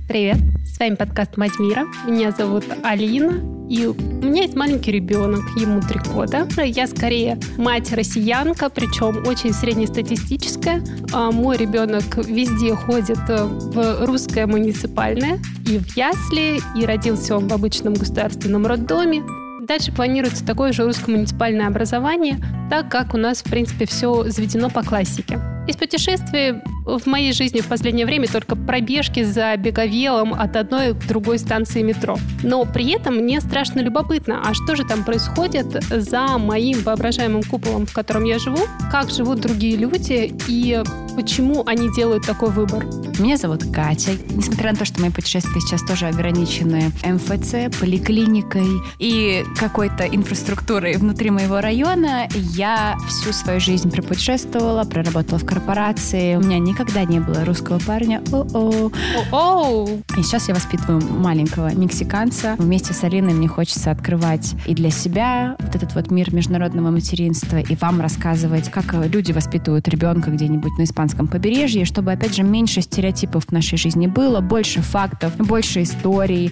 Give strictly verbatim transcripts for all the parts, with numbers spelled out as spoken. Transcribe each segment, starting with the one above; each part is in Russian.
Привет, с вами подкаст «Мать мира». Меня зовут Алина, и у меня есть маленький ребенок, ему три года. Я скорее мать-россиянка, причем очень среднестатистическая. А мой ребенок везде ходит в русское муниципальное, и в ясли, и родился он в обычном государственном роддоме. Дальше планируется такое же русско-муниципальное образование, так как у нас, в принципе, все заведено по классике. Из путешествий в моей жизни в последнее время только пробежки за беговелом от одной к другой станции метро. Но при этом мне страшно любопытно, а что же там происходит за моим воображаемым куполом, в котором я живу, как живут другие люди и почему они делают такой выбор. Меня зовут Катя. Несмотря на то, что мои путешествия сейчас тоже ограничены эм эф цэ, поликлиникой и какой-то инфраструктурой внутри моего района, я всю свою жизнь пропутешествовала, проработала в корпорации. У меня никогда не было русского парня. О-о. О-о. И сейчас я воспитываю маленького мексиканца. Вместе с Алиной мне хочется открывать и для себя вот этот вот мир международного материнства, и вам рассказывать, как люди воспитывают ребенка где-нибудь на испанском побережье, чтобы, опять же, меньше стереотипов в нашей жизни было, больше фактов, больше историй.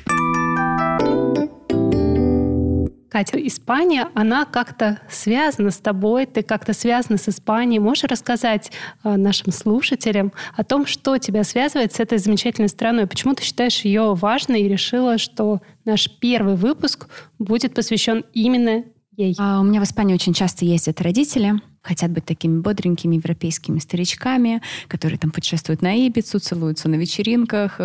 Катя, Испания, она как-то связана с тобой, ты как-то связана с Испанией. Можешь рассказать э, нашим слушателям о том, что тебя связывает с этой замечательной страной? Почему ты считаешь ее важной и решила, что наш первый выпуск будет посвящен именно ей? А у меня в Испании очень часто ездят родители, хотят быть такими бодренькими европейскими старичками, которые там путешествуют на Ибицу, целуются на вечеринках.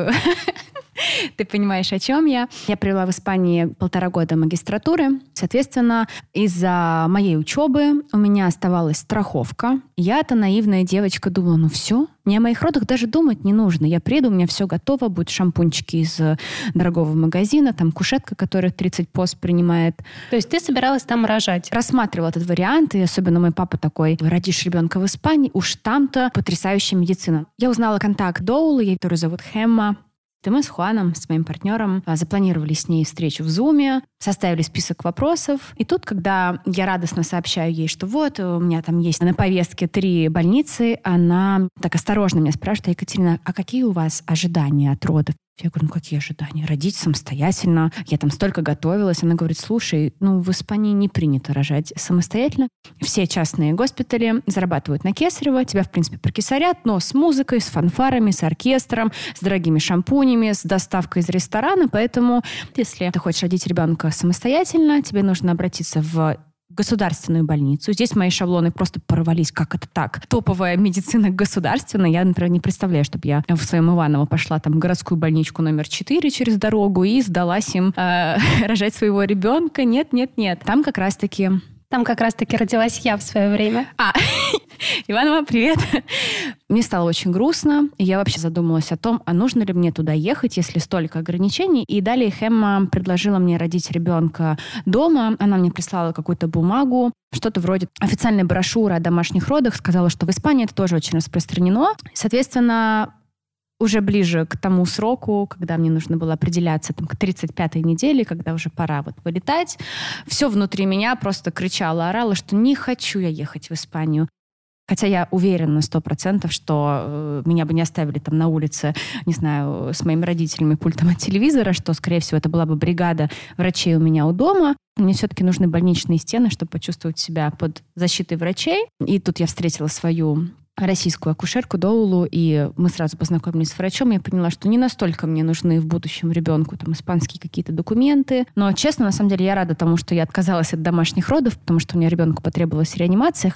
Ты понимаешь, о чем я. Я провела в Испании полтора года магистратуры. Соответственно, из-за моей учебы у меня оставалась страховка. Я-то наивная девочка думала, ну все, мне о моих родах даже думать не нужно. Я приеду, у меня все готово, будут шампунчики из дорогого магазина, там кушетка, которая тридцать пост принимает. То есть ты собиралась там рожать? Рассматривала этот вариант, и особенно мой папа такой, родишь ребенка в Испании, уж там-то потрясающая медицина. Я узнала контакт Доулы, которую зовут Хемма. И мы с Хуаном, с моим партнером, запланировали с ней встречу в Зуме, составили список вопросов. И тут, когда я радостно сообщаю ей, что вот, у меня там есть на повестке три больницы, она так осторожно меня спрашивает: Екатерина, а какие у вас ожидания от родов? Я говорю, ну какие ожидания? Родить самостоятельно. Я там столько готовилась. Она говорит, слушай, ну в Испании не принято рожать самостоятельно. Все частные госпитали зарабатывают на кесарево. Тебя, в принципе, прокесарят, но с музыкой, с фанфарами, с оркестром, с дорогими шампунями, с доставкой из ресторана. Поэтому, если ты хочешь родить ребенка самостоятельно, тебе нужно обратиться в государственную больницу. Здесь мои шаблоны просто порвались, как это так. Топовая медицина государственная. Я, например, не представляю, чтобы я в своем Иваново пошла там в городскую больничку номер четыре через дорогу и сдалась им э, рожать своего ребенка. Нет, нет, нет. Там как раз-таки... Там как раз-таки родилась я в свое время. А, Иванова, привет. Мне стало очень грустно, и я вообще задумалась о том, а нужно ли мне туда ехать, если столько ограничений. И далее Хемма предложила мне родить ребенка дома. Она мне прислала какую-то бумагу, что-то вроде официальной брошюры о домашних родах. Сказала, что в Испании это тоже очень распространено. Соответственно, уже ближе к тому сроку, когда мне нужно было определяться там, к тридцать пятой неделе, когда уже пора вот вылетать, все внутри меня просто кричало, орало, что не хочу я ехать в Испанию. Хотя я уверена на сто процентов, что э, меня бы не оставили там на улице, не знаю, с моими родителями пультом от телевизора, что, скорее всего, это была бы бригада врачей у меня у дома. Мне все-таки нужны больничные стены, чтобы почувствовать себя под защитой врачей. И тут я встретила свою российскую акушерку Доулу, и мы сразу познакомились с врачом. Я поняла, что не настолько мне нужны в будущем ребенку там испанские какие-то документы. Но, честно, на самом деле, я рада тому, что я отказалась от домашних родов, потому что у меня ребенку потребовалась реанимация.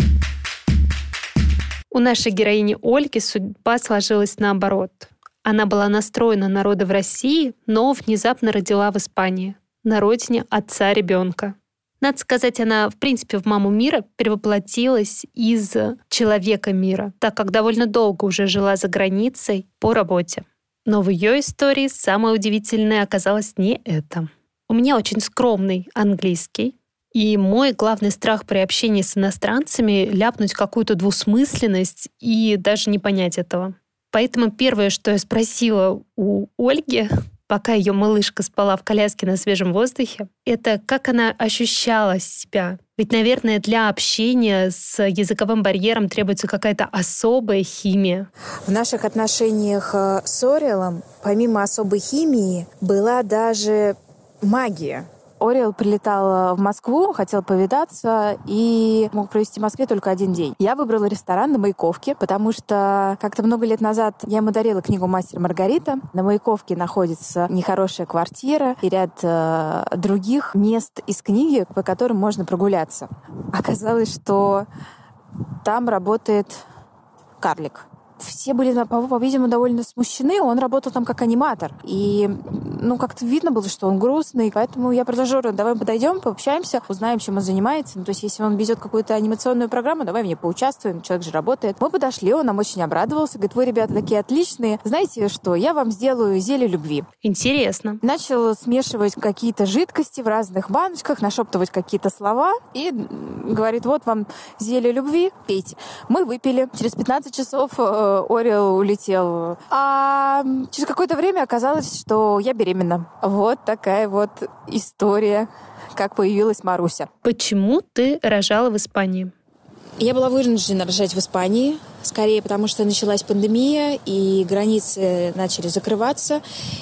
У нашей героини Ольги судьба сложилась наоборот. Она была настроена на роды в России, но внезапно родила в Испании, на родине отца ребенка. Надо сказать, она, в принципе, в маму мира перевоплотилась из человека мира, так как довольно долго уже жила за границей по работе. Но в ее истории самое удивительное оказалось не это. У меня очень скромный английский, и мой главный страх при общении с иностранцами — ляпнуть какую-то двусмысленность и даже не понять этого. Поэтому первое, что я спросила у Ольги, пока ее малышка спала в коляске на свежем воздухе, это как она ощущала себя. Ведь, наверное, для общения с языковым барьером требуется какая-то особая химия. В наших отношениях с Ориэлом, помимо особой химии, была даже магия. Ориэл прилетал в Москву, хотел повидаться и мог провести в Москве только один день. Я выбрала ресторан на Маяковке, потому что как-то много лет назад я ему дарила книгу «Мастер и Маргарита». На Маяковке находится нехорошая квартира и ряд э, других мест из книги, по которым можно прогуляться. Оказалось, что там работает карлик. Все были, по-видимому, довольно смущены. Он работал там как аниматор. И, ну, как-то видно было, что он грустный. Поэтому я предложила: давай подойдем, пообщаемся, узнаем, чем он занимается. Ну, то есть, если он ведет какую-то анимационную программу, давай в ней поучаствуем. Человек же работает. Мы подошли, он нам очень обрадовался. Говорит: вы, ребята, такие отличные. Знаете что, я вам сделаю зелье любви. Интересно. Начал смешивать какие-то жидкости в разных баночках, нашептывать какие-то слова. И говорит: вот вам зелье любви, пейте. Мы выпили. Через пятнадцать часов Ориэл улетел. А через какое-то время оказалось, что я беременна. Вот такая вот история, как появилась Маруся. Почему ты рожала в Испании? Я была вынуждена рожать в Испании, скорее потому, что началась пандемия, и границы начали закрываться.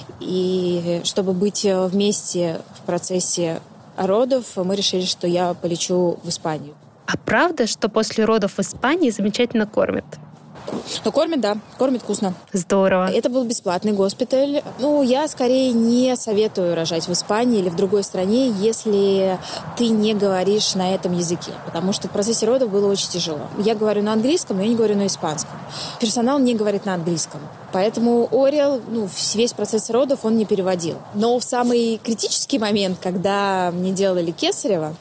И чтобы быть вместе в процессе родов, мы решили, что я полечу в Испанию. А правда, что после родов в Испании замечательно кормят? Ну, кормят, да. Кормят вкусно. Здорово. Это был бесплатный госпиталь. Ну, я скорее не советую рожать в Испании или в другой стране, если ты не говоришь на этом языке. Потому что в процессе родов было очень тяжело. Я говорю на английском, но я не говорю на испанском. Персонал не говорит на английском. Поэтому Ориэл, ну, весь процесс родов он не переводил. Но в самый критический момент, когда мне делали кесарево,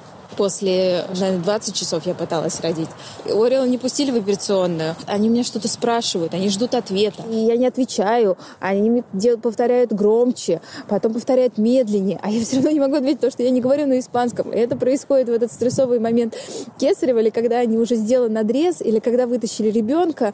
после, наверное, двадцать часов я пыталась родить. Ориэла не пустили в операционную. Они меня что-то спрашивают, они ждут ответа. И я не отвечаю. Они мне делают, повторяют громче, потом повторяют медленнее. А я все равно не могу ответить, потому что я не говорю на испанском. И это происходит в этот стрессовый момент кесарева, или когда они уже сделали надрез, или когда вытащили ребенка.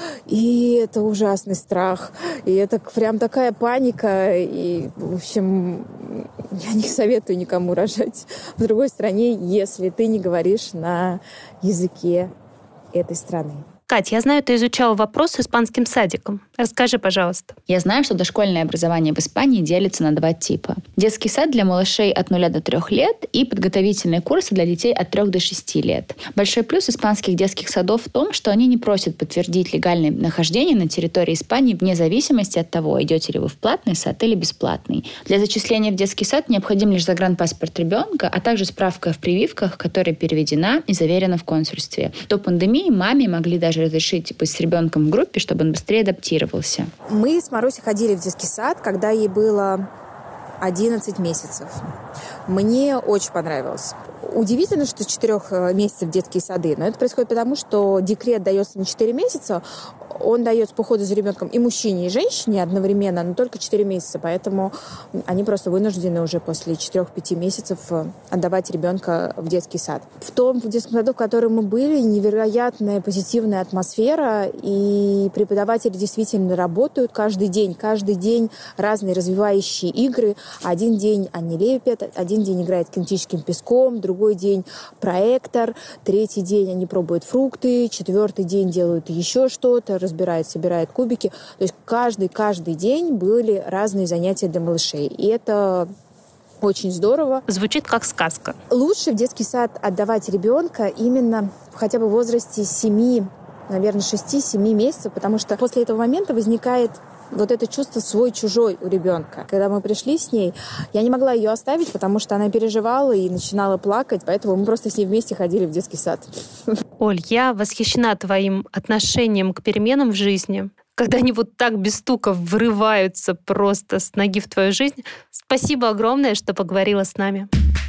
И это ужасный страх. И это прям такая паника. И, в общем, я не советую никому рожать в другой стране, если ты не говоришь на языке этой страны. Кать, я знаю, ты изучала вопрос с испанским садиком. Расскажи, пожалуйста. Я знаю, что дошкольное образование в Испании делится на два типа. Детский сад для малышей от нуля до трех лет и подготовительные курсы для детей от трех до шести лет. Большой плюс испанских детских садов в том, что они не просят подтвердить легальное нахождение на территории Испании вне зависимости от того, идете ли вы в платный сад или бесплатный. Для зачисления в детский сад необходим лишь загранпаспорт ребенка, а также справка в прививках, которая переведена и заверена в консульстве. До пандемии маме могли даже разрешить быть с ребенком в группе, чтобы он быстрее адаптировался. Мы с Марусей ходили в детский сад, когда ей было одиннадцать месяцев. Мне очень понравилось. Удивительно, что четырех месяцев детские сады, но это происходит потому, что декрет дается на четыре месяца, он дается по уходу за ребенком и мужчине, и женщине одновременно, но только четыре месяца, поэтому они просто вынуждены уже после четырех-пяти месяцев отдавать ребенка в детский сад. В том в детском саду, в котором мы были, невероятная позитивная атмосфера, и преподаватели действительно работают каждый день. Каждый день разные развивающие игры. Один день они лепят, один день играют кинетическим песком, другой день проектор, третий день они пробуют фрукты, четвертый день делают еще что-то, разбирают, собирают кубики. То есть каждый-каждый день были разные занятия для малышей. И это очень здорово. Звучит как сказка. Лучше в детский сад отдавать ребенка именно хотя бы в возрасте семи, наверное, шести-семи месяцев, потому что после этого момента возникает вот это чувство свой-чужой у ребенка. Когда мы пришли с ней, я не могла ее оставить, потому что она переживала и начинала плакать, поэтому мы просто с ней вместе ходили в детский сад. Оль, я восхищена твоим отношением к переменам в жизни. Когда они вот так без стука врываются просто с ноги в твою жизнь. Спасибо огромное, что поговорила с нами.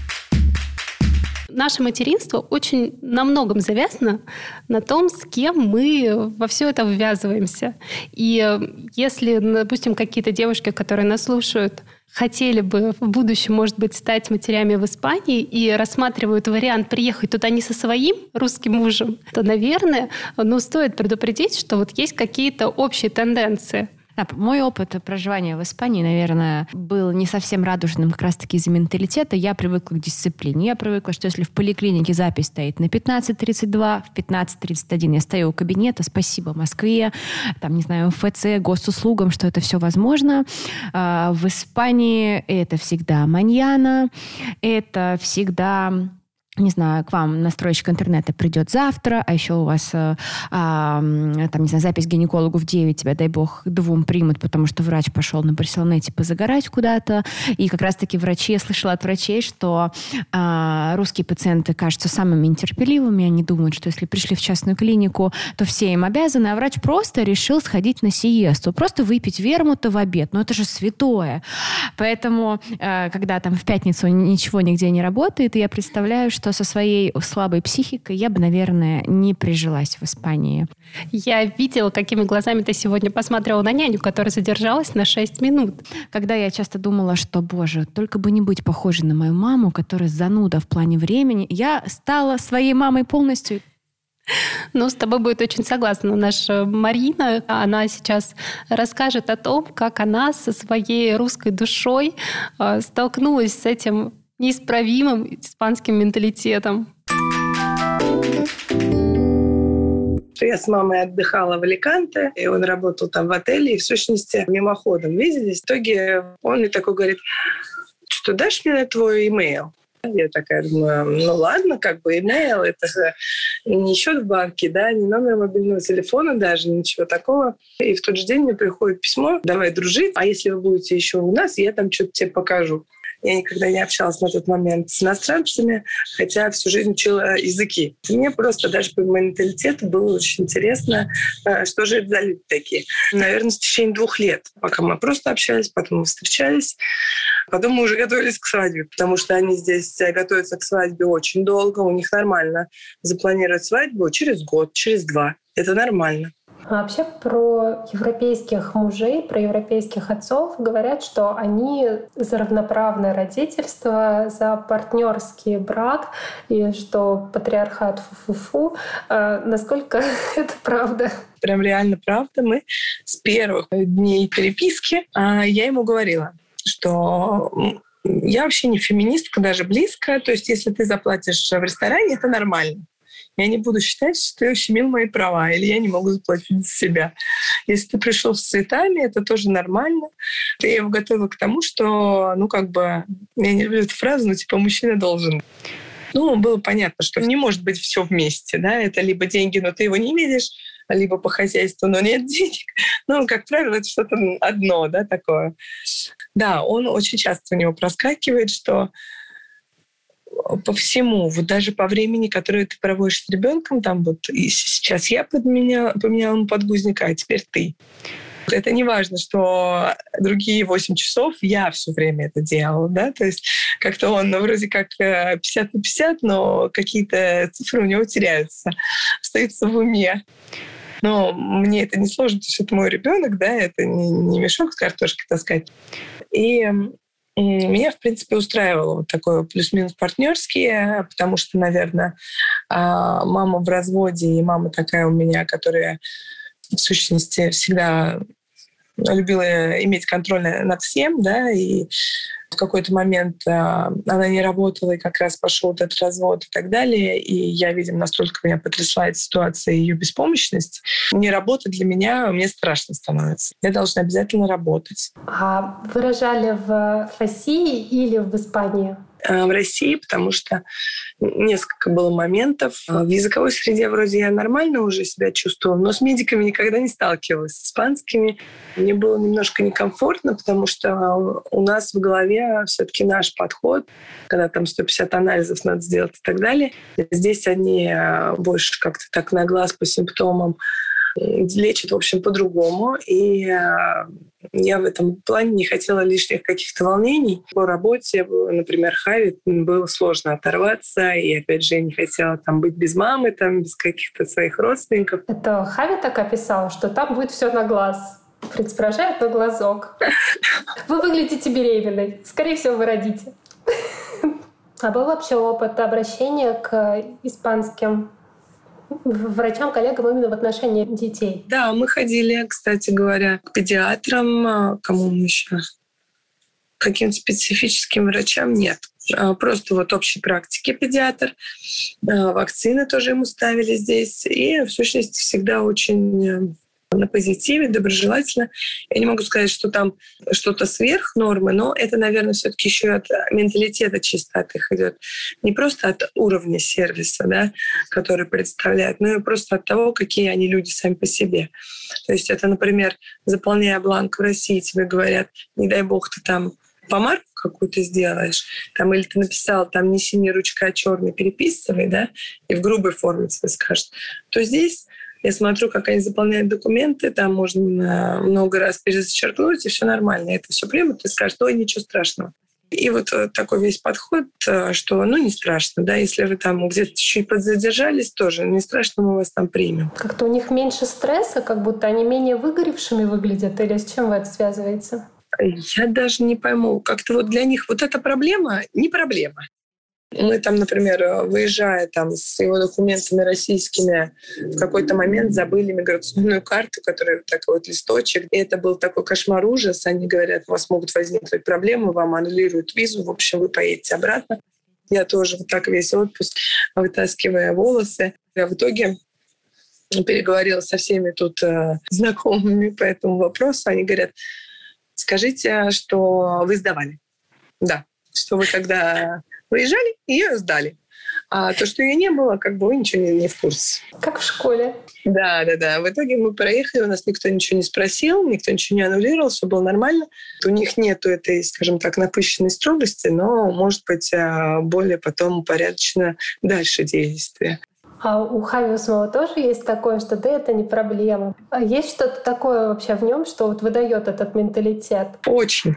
Наше материнство очень на многом завязано на том, с кем мы во все это ввязываемся. И если, допустим, какие-то девушки, которые нас слушают, хотели бы в будущем, может быть, стать матерями в Испании и рассматривают вариант приехать туда не со своим русским мужем, то, наверное, ну, стоит предупредить, что вот есть какие-то общие тенденции. Да, мой опыт проживания в Испании, наверное, был не совсем радужным как раз-таки из-за менталитета. Я привыкла к дисциплине. Я привыкла, что если в поликлинике запись стоит на пятнадцать тридцать два, в пятнадцать тридцать один я стою у кабинета, спасибо Москве, там, не знаю, эм эф цэ, госуслугам, что это все возможно. В Испании это всегда маньяна, это всегда... не знаю, к вам настройщик интернета придет завтра, а еще у вас а, а, там, не знаю, запись к гинекологу в девять, тебя, дай бог, двум примут, потому что врач пошел на Барселонете позагорать куда-то. И как раз-таки врачи, я слышала от врачей, что а, русские пациенты кажутся самыми нетерпеливыми, они думают, что если пришли в частную клинику, то все им обязаны, а врач просто решил сходить на сиесту, просто выпить вермута в обед. Но это же святое. Поэтому, а, когда там в пятницу ничего нигде не работает, я представляю, что что со своей слабой психикой я бы, наверное, не прижилась в Испании. Я видела, какими глазами ты сегодня посмотрела на няню, которая задержалась на шесть минут. Когда я часто думала, что, боже, только бы не быть похожей на мою маму, которая зануда в плане времени, я стала своей мамой полностью. Ну, с тобой будет очень согласна наша Марина. Она сейчас расскажет о том, как она со своей русской душой э, столкнулась с этим неисправимым испанским менталитетом. Я с мамой отдыхала в Аликанте, и он работал там в отеле, и в сущности мимоходом виделись. В итоге он мне такой говорит, что дашь мне твой имейл? Я такая думаю, ну ладно, как бы имейл, это же не счет в банке, да, не номер мобильного телефона даже, ничего такого. И в тот же день мне приходит письмо, давай дружить, а если вы будете еще у нас, я там что-то тебе покажу. Я никогда не общалась на тот момент с иностранцами, хотя всю жизнь учила языки. Мне просто даже по менталитету было очень интересно, что же это за люди такие. Наверное, в течение двух лет, пока мы просто общались, потом мы встречались, потом мы уже готовились к свадьбе, потому что они здесь готовятся к свадьбе очень долго, у них нормально запланировать свадьбу через год, через два. Это нормально. А вообще про европейских мужей, про европейских отцов говорят, что они за равноправное родительство, за партнерский брак, и что патриархат фу-фу-фу. А насколько это правда? Прям реально правда. Мы с первых дней переписки я ему говорила, что я вообще не феминистка, даже близко. То есть если ты заплатишь в ресторане, это нормально. Я не буду считать, что ты ущемил мои права, или я не могу заплатить за себя. Если ты пришел с цветами, это тоже нормально. Я его готовила к тому, что, ну, как бы, я не люблю эту фразу, но типа мужчина должен. Ну, было понятно, что не может быть все вместе, да, это либо деньги, но ты его не видишь, либо по хозяйству, но нет денег. Ну, как правило, это что-то одно, да, такое. Да, он очень часто у него проскакивает, что по всему, вот даже по времени, которое ты проводишь с ребенком, там вот и сейчас я подменяла, поменяла ему подгузника, а теперь ты. Это не важно, что другие восемь часов я все время это делала, да, то есть как-то он ну, вроде как пятьдесят на пятьдесят, но какие-то цифры у него теряются, остаются в уме. Но мне это не сложно, потому что это мой ребенок, да, это не, не мешок с картошкой таскать. И меня, в принципе, устраивало вот такое плюс-минус партнерские, потому что, наверное, мама в разводе и мама такая у меня, которая в сущности всегда любила иметь контроль над всем, да, и в какой-то момент она не работала, и как раз пошел вот этот развод и так далее. И я, видимо, настолько меня потрясла эта ситуация и ее беспомощность. Не работать для меня, мне страшно становится. Я должна обязательно работать. А вы рожали в России или в Испании? В России, потому что несколько было моментов. В языковой среде вроде я нормально уже себя чувствовала, но с медиками никогда не сталкивалась. С испанскими мне было немножко некомфортно, потому что у нас в голове все-таки наш подход, когда там сто пятьдесят анализов надо сделать и так далее. Здесь они больше как-то так на глаз по симптомам лечат, в общем, по-другому. И я в этом плане не хотела лишних каких-то волнений. По работе, например, Хави, было сложно оторваться. И, опять же, я не хотела там быть без мамы, там, без каких-то своих родственников. Это Хави так описал, что там будет все на глаз. Принцип рожает на глазок. Вы выглядите беременной. Скорее всего, вы родите. А был вообще опыт обращения к испанским врачам, коллегам именно в отношении детей. Да, мы ходили, кстати говоря, к педиатрам, кому мы еще? К каким-то специфическим врачам нет. Просто вот общей практики педиатр. Вакцины тоже ему ставили здесь. И в сущности всегда очень на позитиве, доброжелательно. Я не могу сказать, что там что-то сверх нормы, но это, наверное, все-таки еще от менталитета чисто от их идет. Не просто от уровня сервиса, да, который представляют, но и просто от того, какие они люди сами по себе. То есть это, например, заполняя бланк в России, тебе говорят, не дай бог, ты там помарку какую-то сделаешь, там, или ты написал, там, не синяя ручка, а черный, переписывай, да, и в грубой форме тебе скажут, то здесь я смотрю, как они заполняют документы, там можно много раз перезачеркнуть, и все нормально. Это все примут и скажут, ой, ничего страшного. И вот такой весь подход, что ну не страшно, да, если вы там где-то чуть-чуть подзадержались, тоже не страшно, мы вас там примем. Как-то у них меньше стресса, как будто они менее выгоревшими выглядят, или с чем вы это связываете? Я даже не пойму. Как-то вот для них вот эта проблема не проблема. Мы там, например, выезжая там с его документами российскими, в какой-то момент забыли миграционную карту, которая такой вот листочек. И это был такой кошмар, ужас. Они говорят, у вас могут возникнуть проблемы, вам аннулируют визу, в общем, вы поедете обратно. Я тоже вот так весь отпуск, вытаскивая волосы. Я в итоге переговорила со всеми тут э, знакомыми по этому вопросу. Они говорят, скажите, что вы сдавали. Да, что вы когда выезжали, ее сдали. А то, что ее не было, как бы вы ничего не, не в курсе. Как в школе. Да, да, да. В итоге мы проехали, у нас никто ничего не спросил, никто ничего не аннулировал, все было нормально. У них нету этой, скажем так, напыщенной строгости, но, может быть, более потом порядочно дальше действия. А у Хави Усмова тоже есть такое, что да, это не проблема. А есть что-то такое вообще в нем, что вот выдает этот менталитет? Очень.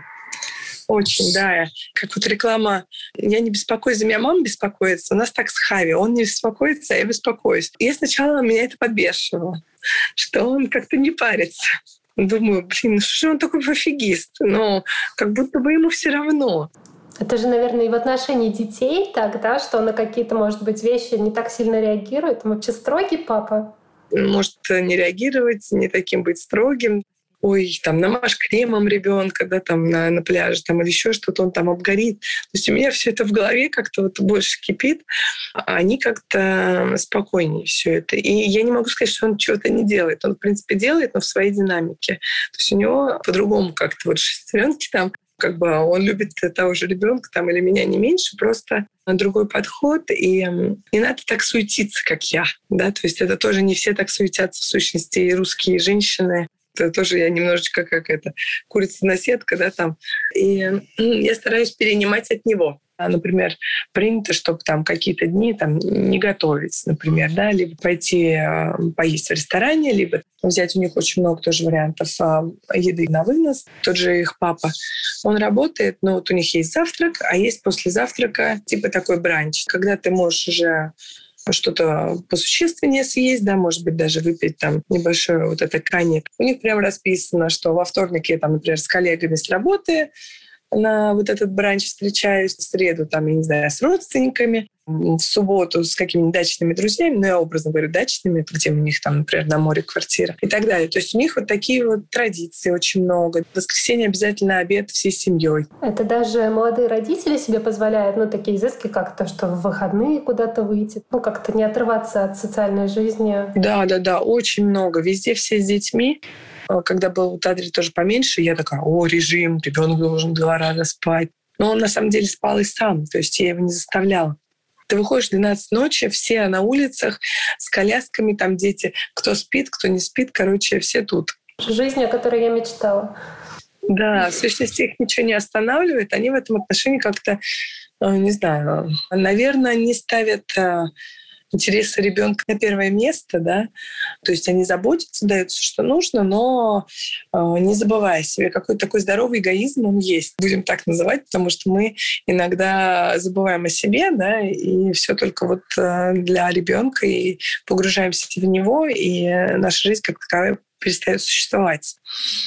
Очень, да. Как вот реклама «Я не беспокоюсь, за меня мама беспокоится». У нас так с Хави. Он не беспокоится, а я беспокоюсь. И сначала меня это подбешивало, что он как-то не парится. Думаю, блин, ну что же он такой пофигист? Но как будто бы ему все равно. Это же, наверное, и в отношении детей так, да, что он на какие-то, может быть, вещи не так сильно реагирует. Он вообще строгий папа? Может не реагировать, не таким быть строгим. Ой, там намажь кремом ребенка, да, там на, на пляже, там или еще что-то, он там обгорит. То есть у меня все это в голове как-то вот больше кипит, а они как-то спокойнее все это. И я не могу сказать, что он чего-то не делает. Он, в принципе, делает, но в своей динамике. То есть у него по-другому как-то вот шестеренки там, как бы он любит того же ребенка там или меня не меньше, просто другой подход, и не надо так суетиться, как я, да, то есть это тоже не все так суетятся в сущности, и русские женщины. Это тоже я немножечко как это, курица-наседка, да, там. И я стараюсь перенимать от него. Например, принято, чтобы там какие-то дни там не готовить, например, да, либо пойти поесть в ресторане, либо взять у них очень много тоже вариантов еды на вынос. Тот же их папа, он работает, но вот у них есть завтрак, а есть после завтрака типа такой бранч, когда ты можешь уже что-то посущественнее съесть, да, может быть, даже выпить там небольшое вот это коньяк. У них прям расписано, что во вторник я там, например, с коллегами с работы на вот этот бранч встречаюсь, в среду там, я не знаю, с родственниками, в субботу с какими-нибудь дачными друзьями, ну, я образно говорю, дачными, где у них там, например, на море квартира и так далее. То есть у них вот такие вот традиции очень много. В воскресенье обязательно обед всей семьей. Это даже молодые родители себе позволяют, ну, такие изыски, как то, что в выходные куда-то выйти, ну, как-то не отрываться от социальной жизни. Да, да, да, очень много. Везде все с детьми. Когда был у Тадри тоже поменьше, я такая, о, режим, ребенок должен два раза спать. Но он на самом деле спал и сам, то есть я его не заставляла. Ты выходишь в двенадцать ночи, все на улицах с колясками, там дети, кто спит, кто не спит, короче, все тут. Жизнь, о которой я мечтала. Да, в сущности, их ничего не останавливает. Они в этом отношении как-то, не знаю, наверное, не ставят интересы ребенка на первое место, да, то есть они заботятся, дают все, что нужно, но э, не забывая себе, какой-то такой здоровый эгоизм он есть, будем так называть, потому что мы иногда забываем о себе, да, и все только вот э, для ребенка и погружаемся в него, и наша жизнь как таковая перестает существовать.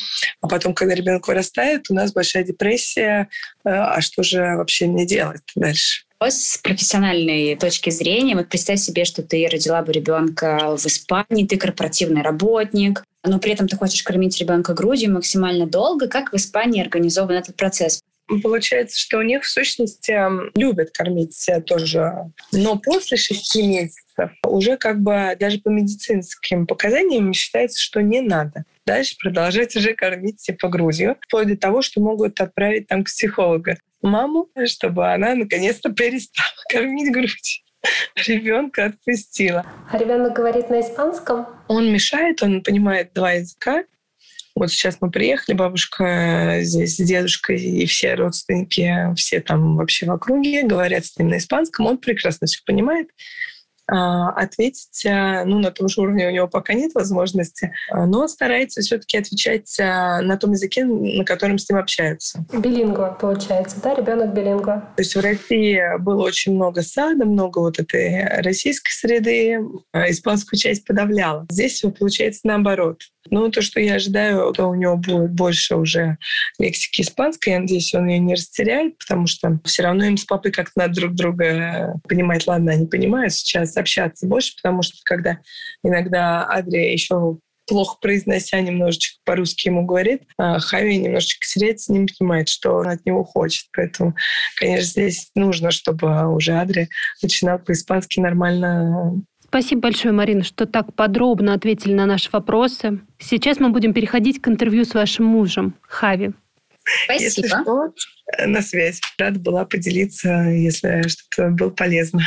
А потом, когда ребенок вырастает, у нас большая депрессия, э, а что же вообще мне делать дальше? С профессиональной точки зрения, вот представь себе, что ты родила бы ребенка в Испании, ты корпоративный работник, но при этом ты хочешь кормить ребенка грудью максимально долго. Как в Испании организован этот процесс? Получается, что у них в сущности любят кормить тоже, но после шести месяцев уже как бы даже по медицинским показаниям считается, что не надо дальше продолжать уже кормить типа грудью, вплоть до того, что могут отправить там к психологу маму, чтобы она наконец-то перестала кормить грудью. Ребенка отпустила. А ребенок говорит на испанском? Он мешает, он понимает два языка. Вот сейчас мы приехали, бабушка здесь с дедушкой и все родственники, все там вообще в округе говорят с ним на испанском. Он прекрасно все понимает. Ответить, ну, на том же уровне у него пока нет возможности, но старается все-таки отвечать на том языке, на котором с ним общаются. Билингва, получается, да? Ребенок билингва. То есть в России было очень много сада, много вот этой российской среды, испанскую часть подавляла. Здесь получается наоборот. Ну, то, что я ожидаю, то у него будет больше уже лексики испанской. Я надеюсь, он ее не растеряет, потому что все равно им с папой как-то надо друг друга понимать. Ладно, они понимают сейчас общаться больше, потому что когда иногда Адри еще плохо произнося немножечко по-русски ему говорит, а Хави немножечко теряется, не понимает, что он от него хочет. Поэтому, конечно, здесь нужно, чтобы уже Адри начинал по-испански нормально. Спасибо большое, Марина, что так подробно ответили на наши вопросы. Сейчас мы будем переходить к интервью с вашим мужем, Хави. Спасибо. Если что, на связь. Рада была поделиться, если что-то было полезно.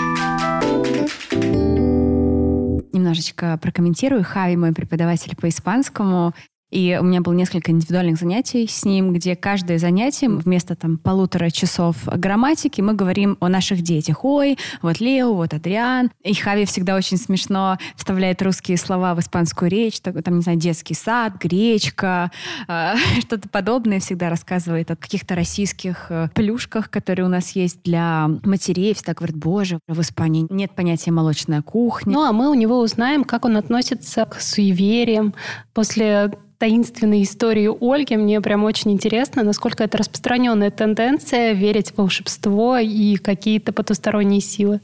Немножечко прокомментирую. Хави мой преподаватель по испанскому. И у меня было несколько индивидуальных занятий с ним, где каждое занятие вместо там полутора часов грамматики мы говорим о наших детях. Ой, вот Лео, вот Адриан. И Хави всегда очень смешно вставляет русские слова в испанскую речь. Такой, там, не знаю, детский сад, гречка, э, что-то подобное. Всегда рассказывает о каких-то российских э, плюшках, которые у нас есть для матерей. Всегда говорит, боже, в Испании нет понятия молочная кухня. Ну, а мы у него узнаем, как он относится к суевериям после таинственной истории Ольги. Мне прям очень интересно, насколько это распространенная тенденция верить в волшебство и какие-то потусторонние силы.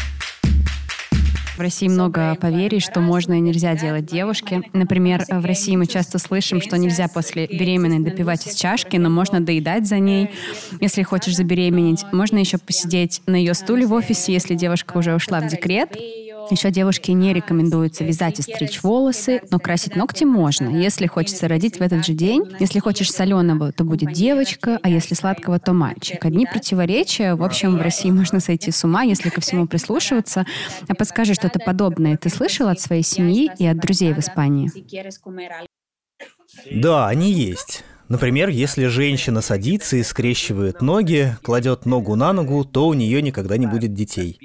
В России много поверий, что можно и нельзя делать девушке. Например, в России мы часто слышим, что нельзя после беременной допивать из чашки, но можно доедать за ней. Если хочешь забеременеть, можно еще посидеть на ее стуле в офисе, если девушка уже ушла в декрет. Еще девушке не рекомендуется вязать и стричь волосы, но красить ногти можно, если хочется родить в этот же день. Если хочешь соленого, то будет девочка, а если сладкого, то мальчик. Одни противоречия. В общем, в России можно сойти с ума, если ко всему прислушиваться. А подскажи, что-то подобное ты слышал от своей семьи и от друзей в Испании? Да, они есть. Например, если женщина садится и скрещивает ноги, кладет ногу на ногу, то у нее никогда не будет детей.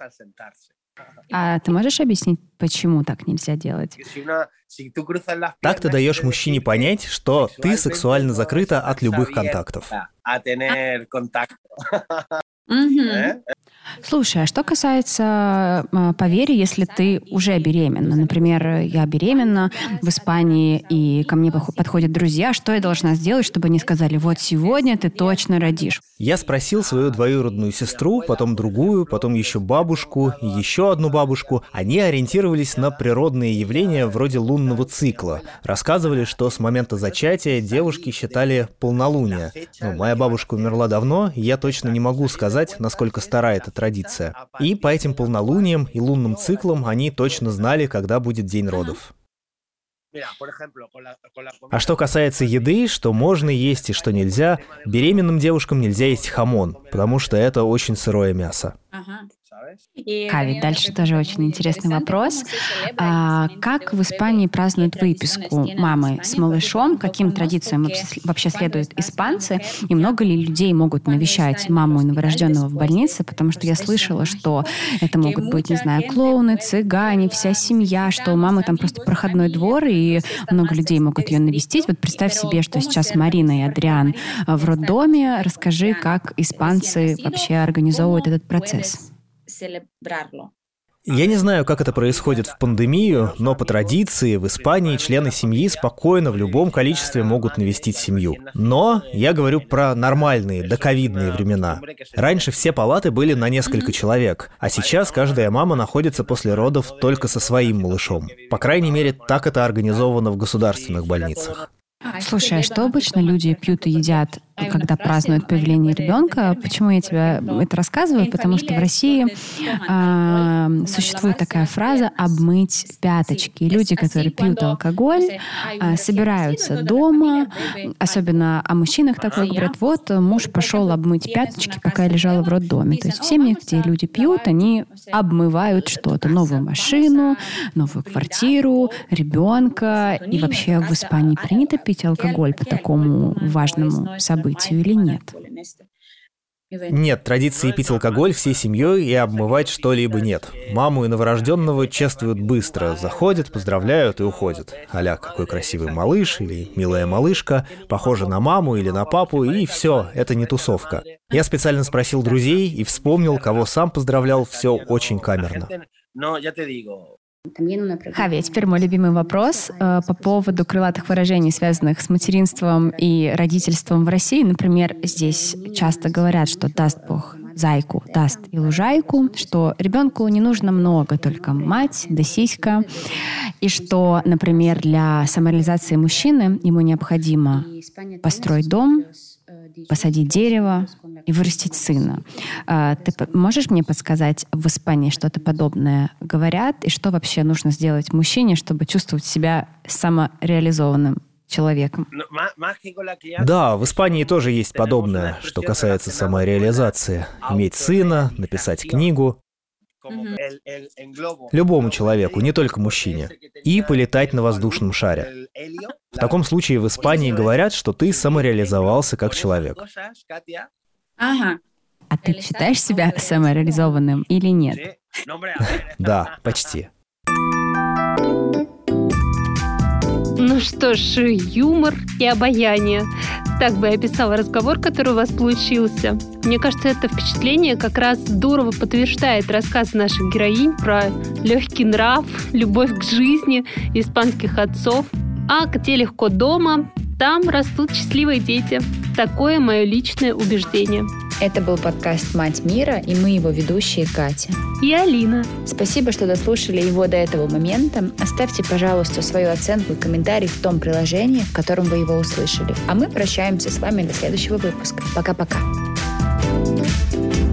А ты можешь объяснить, почему так нельзя делать? Так ты даешь мужчине понять, что ты сексуально закрыта от любых контактов. Угу. Слушай, а что касается э, поверий, если ты уже беременна? Например, я беременна в Испании, и ко мне подходят друзья. Что я должна сделать, чтобы они сказали, вот сегодня ты точно родишь? Я спросил свою двоюродную сестру, потом другую, потом еще бабушку и еще одну бабушку. Они ориентировались на природные явления вроде лунного цикла. Рассказывали, что с момента зачатия девушки считали полнолуние. Но моя бабушка умерла давно, и я точно не могу сказать, насколько стара эта традиция. И по этим полнолуниям и лунным циклам они точно знали, когда будет день родов. А что касается еды, что можно есть и что нельзя, беременным девушкам нельзя есть хамон, потому что это очень сырое мясо. Хави, дальше тоже очень интересный вопрос. А как в Испании празднуют выписку мамы с малышом? Каким традициям вообще следуют испанцы? И много ли людей могут навещать маму и новорожденного в больнице? Потому что я слышала, что это могут быть, не знаю, клоуны, цыгане, вся семья, что у мамы там просто проходной двор, и много людей могут ее навестить. Вот представь себе, что сейчас Марина и Адриан в роддоме. Расскажи, как испанцы вообще организовывают этот процесс. Я не знаю, как это происходит в пандемию, но по традиции в Испании члены семьи спокойно в любом количестве могут навестить семью. Но я говорю про нормальные, доковидные времена. Раньше все палаты были на несколько человек, а сейчас каждая мама находится после родов только со своим малышом. По крайней мере, так это организовано в государственных больницах. Слушай, а что обычно люди пьют и едят, когда празднуют появление ребенка? Почему я тебе это рассказываю? Потому что в России э, существует такая фраза «обмыть пяточки». Люди, которые пьют алкоголь, э, собираются дома, особенно о мужчинах такое говорят, вот муж пошел обмыть пяточки, пока я лежала в роддоме. То есть в семьях, где люди пьют, они обмывают что-то. Новую машину, новую квартиру, ребенка. И вообще в Испании принято пить алкоголь по такому важному событию или нет? Нет, традиции пить алкоголь всей семьей и обмывать что-либо нет. Маму и новорожденного чествуют быстро, заходят, поздравляют и уходят. А-ля, какой красивый малыш или милая малышка, похожа на маму или на папу, и все, это не тусовка. Я специально спросил друзей и вспомнил, кого сам поздравлял, все очень камерно. Хави, а теперь мой любимый вопрос э, по поводу крылатых выражений, связанных с материнством и родительством в России. Например, здесь часто говорят, что даст Бог зайку, даст и лужайку, что ребенку не нужно много, только мать да сиська, и что, например, для самореализации мужчины ему необходимо построить дом, посадить дерево и вырастить сына. Ты можешь мне подсказать, в Испании что-то подобное говорят? И что вообще нужно сделать мужчине, чтобы чувствовать себя самореализованным человеком? Да, в Испании тоже есть подобное, что касается самореализации. Иметь сына, написать книгу. Любому человеку, не только мужчине. И полетать на воздушном шаре. В таком случае в Испании говорят, что ты самореализовался как человек. Ага. А ты считаешь себя самореализованным или нет? Да, почти. Ну что ж, юмор и обаяние. Так бы я описала разговор, который у вас получился. Мне кажется, это впечатление как раз здорово подтверждает рассказ наших героинь про легкий нрав, любовь к жизни испанских отцов. А где легко дома, там растут счастливые дети. Такое мое личное убеждение. Это был подкаст «Мать мира», и мы его ведущие Катя и Алина. Спасибо, что дослушали его до этого момента. Оставьте, пожалуйста, свою оценку и комментарий в том приложении, в котором вы его услышали. А мы прощаемся с вами до следующего выпуска. Пока-пока.